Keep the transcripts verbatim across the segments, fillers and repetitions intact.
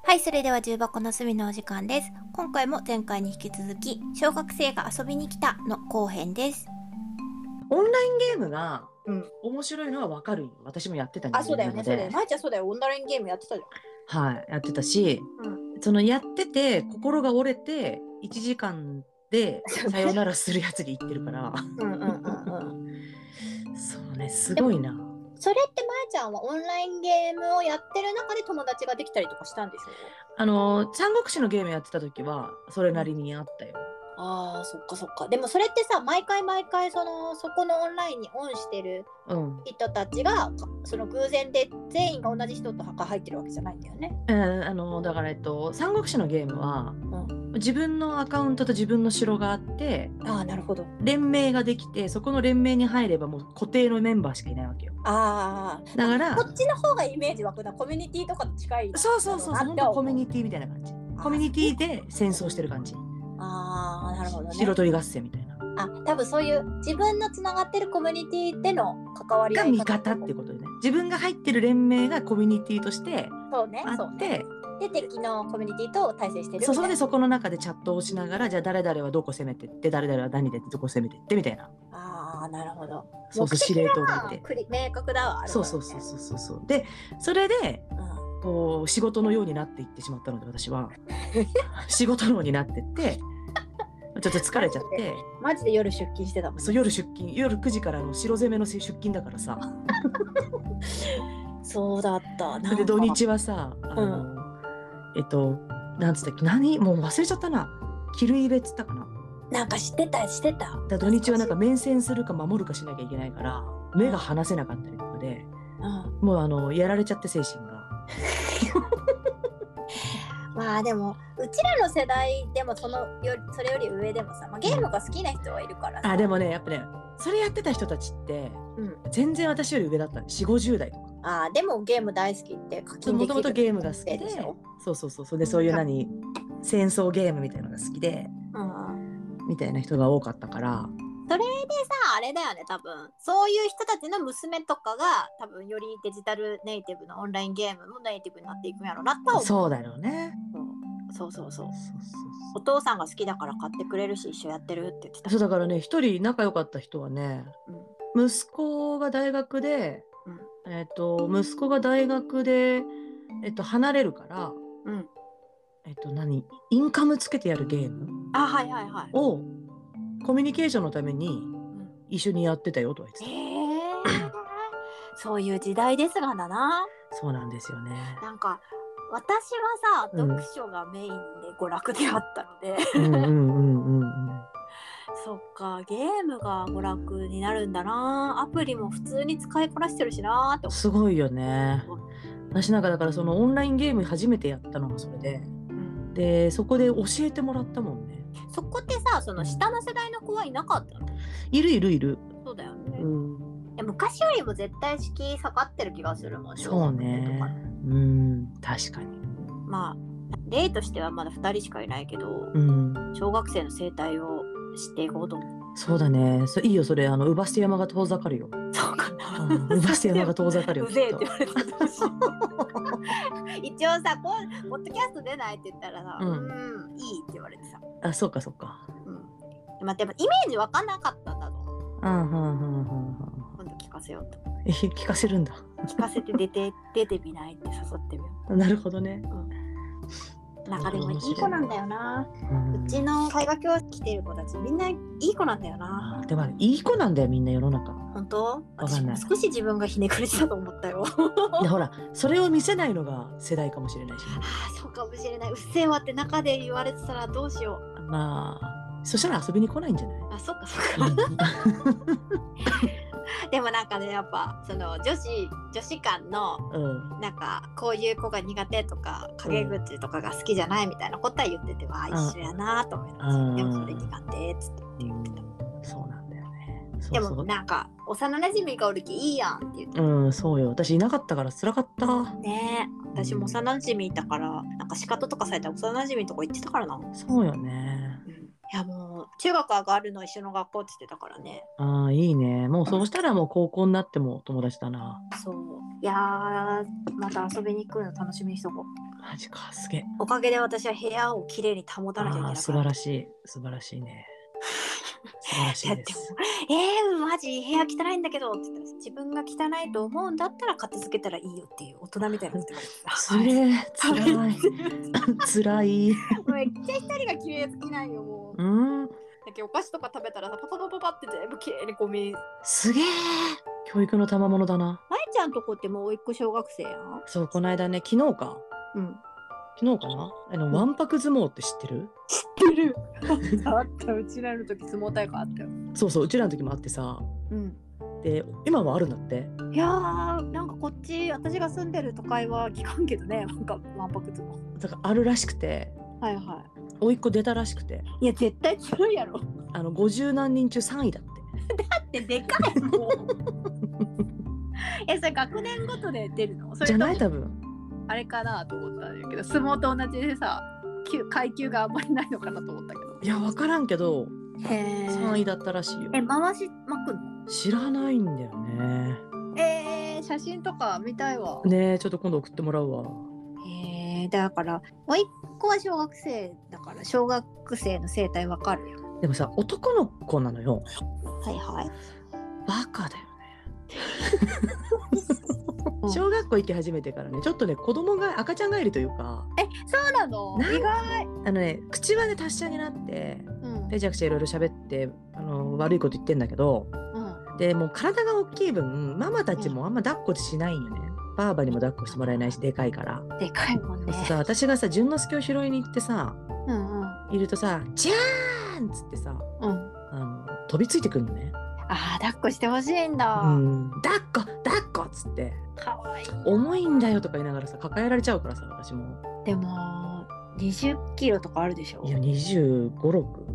はい、それでは重箱の隅のお時間です。今回も前回に引き続き、小学生が遊びに来たの後編です。 オンラインゲームが、うん、面白いのはわかるよ。私もやってた人間あ、そうだよね、そうだよ。まいちゃんそうだよ。オンラインゲームやってたじゃん。はい、やってたし、うん、そのやってて、心が折れて、いちじかんでさよならするやつに行ってるから。うんうんうんうん。そうね、すごいな。 それってまいちゃんはオンラインゲームをやってる中で友達ができたりとかしたんでしょう？ あの、三国志のゲームやってた時は、それなりにあったよ。 ああ、そっかそっか。でもそれってさ、毎回毎回そのそこのオンラインにオンしてる人たちが、うん、その偶然で全員が同じ人と入ってるわけじゃないんだよね。 うん、あのだからえっと三国志のゲームは、うん、自分のアカウントと自分の城があって、 ああ、なるほど。 連盟ができて、そこの連盟に入ればもう固定のメンバーしかいないわけよ。 ああ、だからこっちの方がイメージ湧くな。コミュニティとかと近い。 そうそうそう、本当コミュニティみたいな感じ。コミュニティで戦争してる感じ。 ああ、なるほどね。 白取り合戦みたいな。 あ、多分そういう自分のつながってるコミュニティでの関わりが味方ってことでね。自分が入ってる連盟がコミュニティとしてそうね、 あって、 で敵のコミュニティと対戦してるみたいな。 そう、それでそこの中でチャットをしながら、じゃあ誰々はどこ攻めてって、誰々は何でどこ攻めてってみたいな。 ああ、なるほど。 そうそう、司令塔がいて。 明確だわ。 そうそうそうそうそう。で、それで、うん、こう仕事のようになっていってしまったので、私は仕事のようになってって。ちょっと疲れちゃってマジで夜出勤してたもん、ね、 そう夜出勤夜くじからの白攻めの出勤だからさそうだった。 なんで土日はさあの、うん、えっとなんつったっけ何もう忘れちゃったなキルイベっつったかななんか知ってたしてただ土日はなんか面戦するか守るかしなきゃいけないから目が離せなかったりとかで、うん、もうあのやられちゃって精神がまあでもうちらの世代でもそのよそれより上でもさ、まあ、ゲームが好きな人はいるからさ、 うん、あでもねやっぱねそれやってた人たちって、うん、全然私より上だったね。よんじゅうごじゅう代とか。 あでもゲーム大好きって課金できる。 もともとゲームが好きでそうそうそうそれでそういう何、うん、戦争ゲームみたいなのが好きで、うん、みたいな人が多かったからそれでさあれだよね多分そういう人たちの娘とかが多分よりデジタルネイティブのオンラインゲームもネイティブになっていくんやろなと思う。 そうだよね、 うん、そうそうそうそうそうお父さんが好きだから買ってくれるし一緒やってるって言ってた。 そうだからね一人仲良かった人はね、うん、息子が大学で、うん、えっと息子が大学でえっと離れるから、うん、えっと何インカムつけてやるゲームあはいはいはいをコミュニケーションのために一緒にやってたよとは言ってた。 へーそういう時代ですがだな。 そうなんですよね。 なんか私はさ、うん、読書がメインで娯楽であったのでうんうんうんうん、そっかゲームが娯楽になるんだな。アプリも普通に使いこなしてるしなって思う。 すごいよね。私なんかだからそのオンラインゲーム初めてやったのがそれで、うん、でそこで教えてもらったもんね。 そこってさその下の世代の子はいなかったの？ いるいるいる。 そうだよね、うん、昔よりも絶対敷居下がってる気がするもん。 そうね、うん確かに。 まあ例としてはまだふたりしかいないけど、うん、小学生の生態を知っていこうと思う。 そうだね。そいいよそれあのウバステ山が遠ざかるよ。 そうかな、 うん、ウバステ山が遠ざかるよ。 うぜえって言われたらどうしよう一応さこうポッドキャスト出ないって言ったらさ、うん、うんいいって言われてさ。 あそうかそうか。 うん。まあでもイメージ分かんなかったんだと思う。うんうんうんうんうん。今度聞かせようと。 え聞かせるんだ。 聞かせて出て出てみないって誘ってみよう。なるほどね。うんなんかでもいい子なんだよな、うん、うちの絵画教室来てる子たちみんないい子なんだよな。 でもいい子なんだよみんな世の中。 本当？私も少し自分がひねくれてたと思ったよでほらそれを見せないのが世代かもしれないし、ね、 あそうかもしれない。うっせぇわって中で言われてたらどうしよう。 まあそしたら遊びに来ないんじゃない？ あそっかそっかでもなんかねやっぱその女子女子間の、うん、なんかこういう子が苦手とか陰口とかが好きじゃないみたいなことは言ってて、うん、わ一緒やなと思います、うん、でもそれ苦手っつって言ってた、 うん、そうなんだよね。そうそうでもなんか幼馴染がおるきいいやんって言って。 うんそうよ私いなかったから辛かったね。私も幼馴染いたからなんか仕方とかされたら幼馴染とか言ってたからな。 そうよね、うん、 いやもう中学上がるの一緒の学校って言ってたからね。 ああいいね。もうそうしたらもう高校になっても友達だな。 そういやーまた遊びに来るの楽しみにしとこマジか、すげえ。 おかげで私は部屋をきれいに保たなきゃいけない。 素晴らしい、素晴らしいね。素晴らしいです。 えー、マジ部屋汚いんだけどって言ったら、自分が汚いと思うんだったら片付けたらいいよっていう大人みたいなこと言ってつれえ、つらい。つらい。 めっちゃ一人が綺麗好きなんよ、もう。うん。だけどお菓子とか食べたらさ、パパパパパって全部綺麗にゴミ。 すげえ。教育の賜物だな。 まえちゃんとこってもう一個小学生やん。 そう、この間ね、昨日か。うん。昨日かなあの、うん、わんぱく相撲って知ってる？ 知ってる。あった、うちらの時相撲大会あったよ。 そうそう、うちらの時もあってさ。うん。で、今はあるんだって。 いやー、なんかこっち、私が住んでる都会は聞かんけどね、なんかわんぱく相撲。 だからあるらしくて。はいはい。おいっ子出たらしくて。 いや、絶対強いやろ。 あの、ごじゅうなんにん中さんいだって。 だってでかいもん。え、それ学年ごとで出るの？それじゃない、多分。 あれかなと思ったんだけど、相撲と同じでさ、階級があんまりないのかなと思ったけど。 いや、分からんけど、へー、さんいだったらしいよ。 え、回し巻くの？ 知らないんだよね。 えー、写真とか見たいわ。 ねえ、ちょっと今度送ってもらうわ。 へえ、だからおいっ子は小学生だから小学生の生態わかるよ。 でもさ、男の子なのよ。 はいはい。 バカだよね。小学校行き始めてからね、ちょっとね、子供が赤ちゃん帰りというか。 え、そうなの？意外。 あのね、口はね達者になって、うん、で、じゃくちゃいろいろ喋って、あの悪いこと言ってんだけど、うん、でもう体が大きい分、ママたちもあんま抱っこしないんよね。うん、ばあばにも抱っこしてもらえないし、でかいから。 でかいもんね。 さ、私がさ、淳之介を拾いに行ってさ、うんうん、いるとさ、じゃーんっつってさ、うん、あの飛びついてくるのね。 ああ、抱っこしてほしいんだ。 うん、抱っこ抱っこっつって。 かわいい。 重いんだよとか言いながらさ、抱えられちゃうからさ、私も。 でもにじゅっキロとかあるでしょ。 いや、にじゅうご、ろく。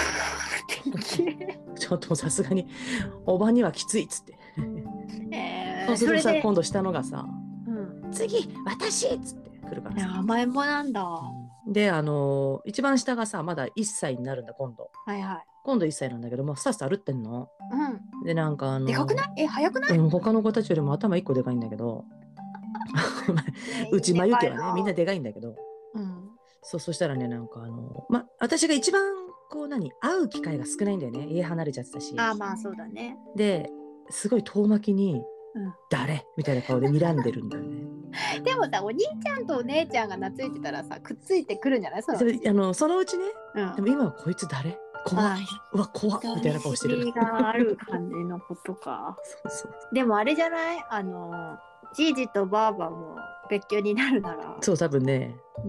ちょっとさすがにおばにはきついっつって。えー、そうするとさ、今度下のがさ、うん、次私っつって来るからさ。 甘えん坊なんだ。 うん、で、あのー、一番下がさ、まだいっさいになるんだ今度。はいはい。今度いっさいなんだけど、もうスタスタ歩ってんの。うん。で、なんかあのー、 でかくない？え、早くない？ うん、他の子たちよりも頭いっこでかいんだけど。うち眉毛はね、みんなでかいんだけど。うん。そう、そしたらね、なんかあのー、ま、私が一番こう何、会う機会が少ないんだよね。家離れちゃってたし。 あ、まあそうだね。 で、すごい遠巻きに、うん、誰みたいな顔で睨んでるんだよね。 でもさ、お兄ちゃんとお姉ちゃんが懐いてたらさ、くっついてくるんじゃない？そのあのそのうちね、うん、でも今はこいつ誰？怖い。うわ、怖っみたいな顔してる。 がある感じのことか。そうそう。でもあれじゃない？あのじいじとばあばも別居になるなら。 そう、多分ね、うん、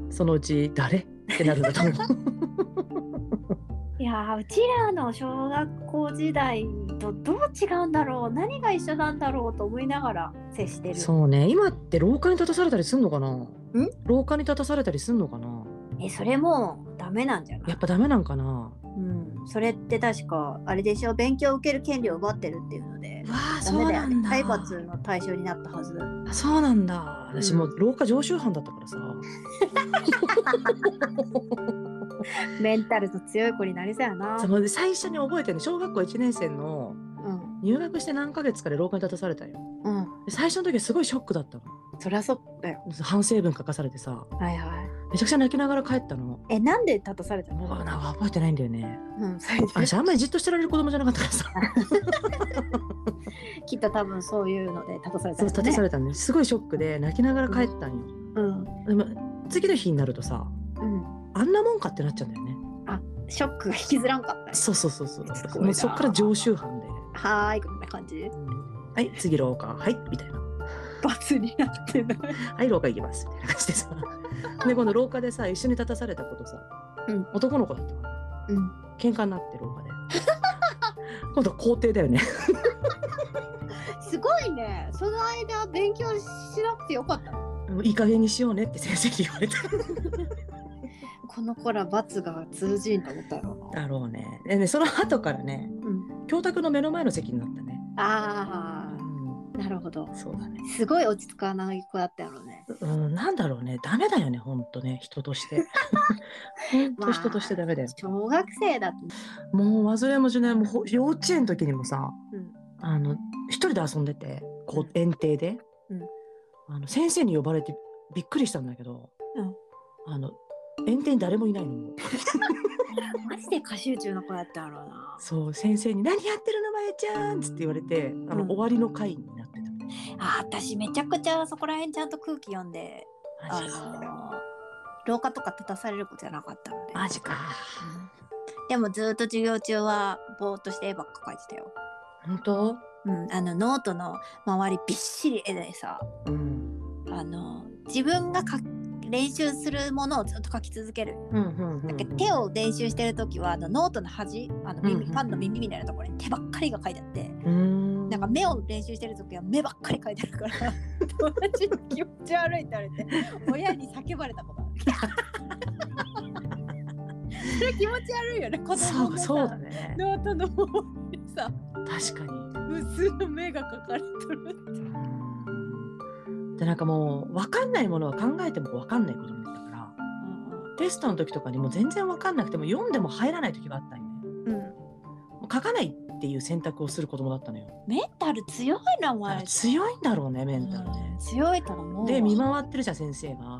そのうち誰ってなるんだと思う。 いやー、うちらの小学校時代とどう違うんだろう、何が一緒なんだろうと思いながら接してる。 そうね、今って廊下に立たされたりすんのかな？ん？廊下に立たされたりすんのかな？ え、それもダメなんじゃない？ やっぱダメなんかな？ うん、それって確かあれでしょ、勉強を受ける権利を奪ってるっていうので。 わあ、そうなんだ。 体罰の対象になったはず。 あ、そうなんだ。私もう廊下常習犯だったからさ。 メンタルの強い子になりそうやな。 その最初に覚えてるの、小学校いちねん生の、うん、入学して何ヶ月かで廊下に立たされたよ。うん、最初の時はすごいショックだったの。 そりゃそうだよ。 反省文書かされてさ、はいはい、めちゃくちゃ泣きながら帰ったの。 え、なんで立たされたの？ なんか覚えてないんだよね。うん、私あんまりじっとしてられる子供じゃなかったからさ。 きっと多分そういうので立たされたんね。そう、立たされたんですごいショックで泣きながら帰ったんよ。うん。でも次の日になるとさ、うん、あんなもんかってなっちゃうんだよね。 あ、ショックが引きずらんかった、ね。 そうそうそうそう。もうそっから常習犯で。 はーい、こんな感じ。うん、 はい、次廊下、はいみたいな。 罰になってない。 はい、廊下行きますみたいな感じでさ。で、今度廊下でさ、一緒に立たされた子とさ、うん、男の子だったから、うん、喧嘩になって廊下で。今度は校庭だよね。 すごいね。その間勉強しなくてよかったの？ いい加減にしようねって先生に言われた。 この子ら罰が通じんと思ったろうな。 だろうね。でね、その後からね、うん、教託の目の前の席になったね。ああ、うん、なるほど。 そうだね。すごい落ち着かない子だったやろうね。 うん、なんだろうね。ダメだよね、ほんとね、人として。ほんと人としてダメだよ。 まあ、小学生だと。 もう忘れもしない。もう幼稚園の時にもさ、うん、あの一人で遊んでて、こう園庭で、うん、あの先生に呼ばれてびっくりしたんだけど、 うん、 あの園庭に誰もいないの。 マジで過集中の子だったろうな。 そう、先生に何やってるのまえちゃんつって言われて、あの、うん、終わりの回になってた。 あ、私めちゃくちゃそこら辺ちゃんと空気読んで、あの廊下とか立たされることじゃなかったので。 マジか、 うん、でもずっと授業中はぼーっとして絵ばっか描いてたよ。 本当？ うん、あのノートの周りびっしり絵でさ、 うん、 あの自分がか練習するものをずっと描き続ける。 うんうんうんうん、 だけど手を練習してるときはあのノートの端、あの耳、うんうん、パンの耳みたいなところに手ばっかりが書いてあって、うーん、なんか目を練習してるときは目ばっかり書いてあるから友達に気持ち悪いって言われて親に叫ばれたことある。それ気持ち悪いよね、子供のさ、 そう、そうだね、 ノートの方にさ、 確かに無数の目が描かれてるって。 で、なんかもう分かんないものは考えても分かんないことになったから、うんうん、テストの時とかにも全然分かんなくても読んでも入らない時があったんよね、うん、もう書かないっていう選択をする子供だったのよ。 メンタル強いな、お前。 強いんだろうね、メンタルね、 うん、強いと思う。 で見回ってるじゃん先生が、うんうん、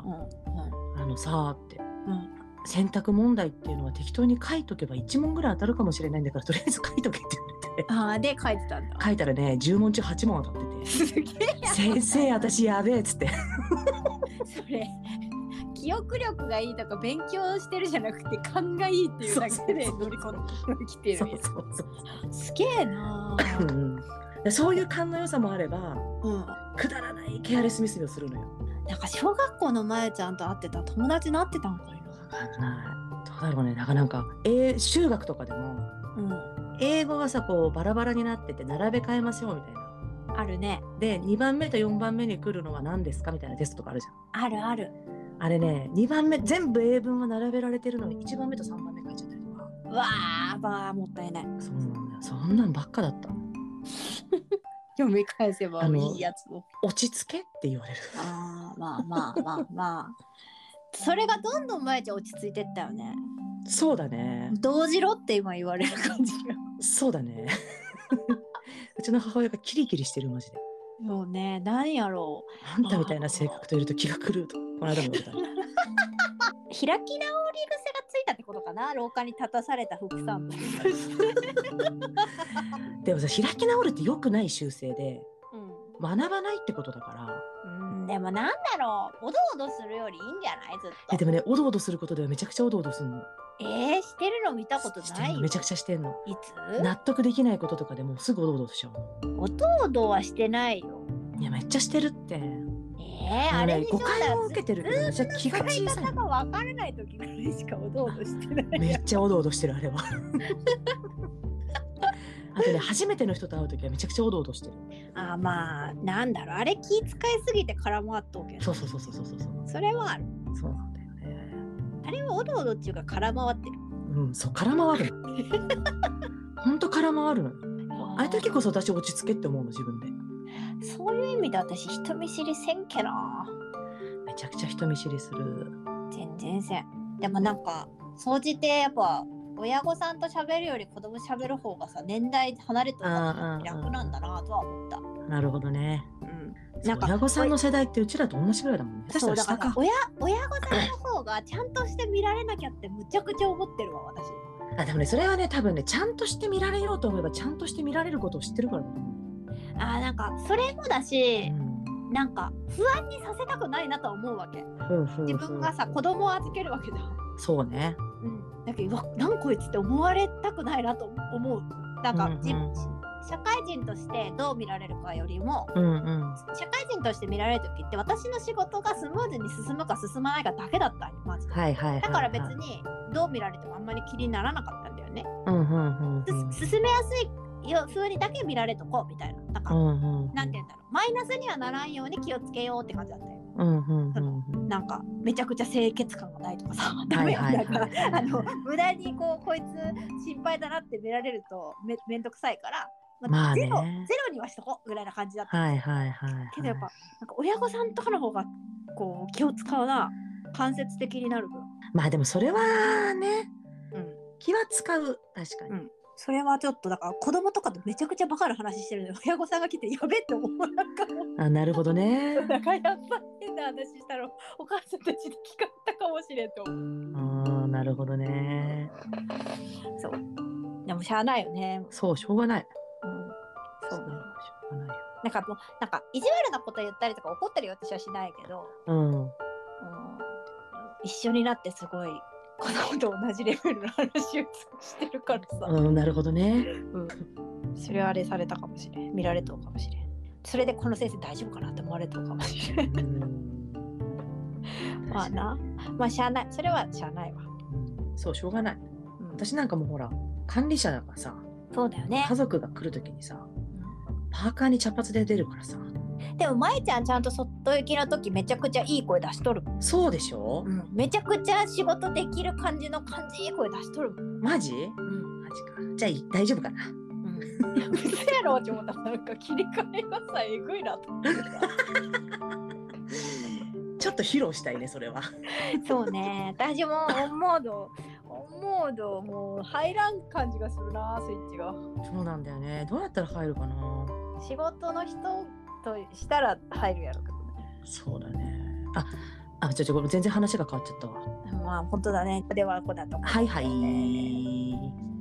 あのさーって、うん、選択問題っていうのは適当に書いとけばいち問ぐらい当たるかもしれないんだからとりあえず書いとけって言われて、 あー、で書いてたんだ。 書いたらねじゅう問中はち問当たっててすげえ先生私やべえっつってそれ記憶力がいいとか勉強してるじゃなくて勘がいいっていうだけで乗り込んできてる。そうそうそう、すげえなうん、そういう勘の良さもあれば、うん、くだらないケアレスミスをするのよ。 なんか小学校のまえちゃんと会ってた友達になってたのかな。 分かんない、どうだろうね。だからなんか、えー、修学とかでも、うん、英語がさこうバラバラになってて並べ替えましょうみたいなあるね。 でにばんめとよんばんめに来るのは何ですかみたいなテストとかあるじゃん。 あるある。 あれね、にばんめ全部英文は並べられてるのにいちばんめとさんばんめ書いちゃったりとか。 うわー、ばーもったいない。 そうなんだよ、そんなんばっかだった読み返せばいいやつを落ち着けって言われる。 あー、まあまあまあまあそれがどんどん前ちゃん落ち着いてったよね。 そうだね、 動じろって今言われる感じがそうだねうちの母親がキリキリしてるマジで。 もうね、何やろう、 あんたみたいな性格といると気が狂うとこの間も言われた開き直り癖がついたってことかな、廊下に立たされた副さんでもさ、開き直るって良くない習性で、うん、学ばないってことだから。 うん、でもなんだろう、おどおどするよりいいんじゃない、ずっと。 えでもね、おどおどすることではめちゃくちゃおどおどするの。 えー、してるの見たことないよ。 めちゃくちゃしてんの。 いつ？ 納得できないこととかでもすぐおどおどしちゃう。 おどおどはしてないよ。 いや、めっちゃしてるって。 えー、あれに誤解を受けてるけどめっちゃ気が小さい。 使い方が分からない時ぐらいしかおどおどしてない。 めっちゃおどおどしてるあれはあとね、初めての人と会う時はめちゃくちゃおどおどしてる。 あ、まあなんだろう、あれ気遣いすぎて空回っとうけど。 そうそうそうそうそうそう。 それはある。 そうなんだよね。 あれはおどおどっていうか空回ってる。 うん、そう、空回るのほんと空回るの。ああいう時こそ私落ち着けって思うの、自分で。 そういう意味で私人見知りせんけな。 めちゃくちゃ人見知りする。 全然せん。でもなんか総じてやっぱ親御さんと喋るより子供喋る方がさ、年代離れてるから楽なんだなとは思った。 なるほどね。うん。なんか親御さんの世代ってうちらと同じぐらいだもんね。 そうだから親親御さんの方がちゃんとして見られなきゃってむちゃくちゃ思ってるわ私。 あ、でもね、それはね、多分ね、ちゃんとして見られようと思えばちゃんとして見られることを知ってるからだと思う。 あ、なんかそれもだし、うん、なんか不安にさせたくないなと思うわけ。自分がさ子供を預けるわけじゃん。 そうね。 うん。だけどなんこいつって思われたくないなと思う。なんか、うんうん、社会人としてどう見られるかよりも、うんうん、社会人として見られる時って私の仕事がスムーズに進むか進まないかだけだったんよマジで、はいはいはいはい、だから別にどう見られてもあんまり気にならなかったんだよね、うんうんうんうん、進めやすい風にだけ見られとこうみたいな、なんか、うんうんうん、なんて言うんだろう、マイナスにはならんように気をつけようって感じだったよ、うんうんうんうん、なんかめちゃくちゃ清潔感がないとかさ、ダメよ、はいはいはい、あの無駄にこうこいつ心配だなって見られると め, めんどくさいから、まあ、ゼロ、ゼロにはしとこうぐらいな感じだった、はいはいはいはい、けどやっぱなんか親御さんとかの方がこう気を使うな、間接的になる分。 まあでもそれはね、うん、気は使う、確かに、うん、 それはちょっとだから子供とかとめちゃくちゃバカな話してるので親御さんが来てやべって思う、なんかもうあ、なるほどねだからやっぱりな話したらお母さんたちで聞かれたかもしれんと思う。ああ、なるほどね。 そう。でもしゃあないよね。 そう、しょうがない。 うん。そうなの。しょうがないよ。 なんかもうなんか意地悪なこと言ったりとか怒ったり私はしないけど、 うん。うん、 一緒になってすごい子供と同じレベルの話をしてるからさ。 うん、なるほどね。 うん。それはあれされたかもしれん。見られたかもしれん。それでこの先生大丈夫かなって思われたかもしれん。まあな。まあしゃあない。それはしゃあないわ。 そう、しょうがない。うん、私なんかもうほら、管理者だからさ。 そうだよね。 家族が来るときにさ、パーカーに茶髪で出るからさ。 でも舞ちゃんちゃんと外行きの時めちゃくちゃいい声出しとるもん。 そうでしょ、 うん、めちゃくちゃ仕事できる感じの感じいい声出しとるもん。 マジ？うん、マジか。じゃあ大丈夫かな。 うん。うせやろって思ったらなんか切り替えがさえぐいなと思ってさ。 ちょっと披露したいねそれは。 そうね。私もオンモードオンモードもう入らん感じがするなスイッチが。 そうなんだよね。どうやったら入るかな。 仕事の人としたら入るやろうけどね。 そうだね。あ、あ、ちょちょ全然話が変わっちゃったわ。 まあ本当だね。ではこだと。 はいはい。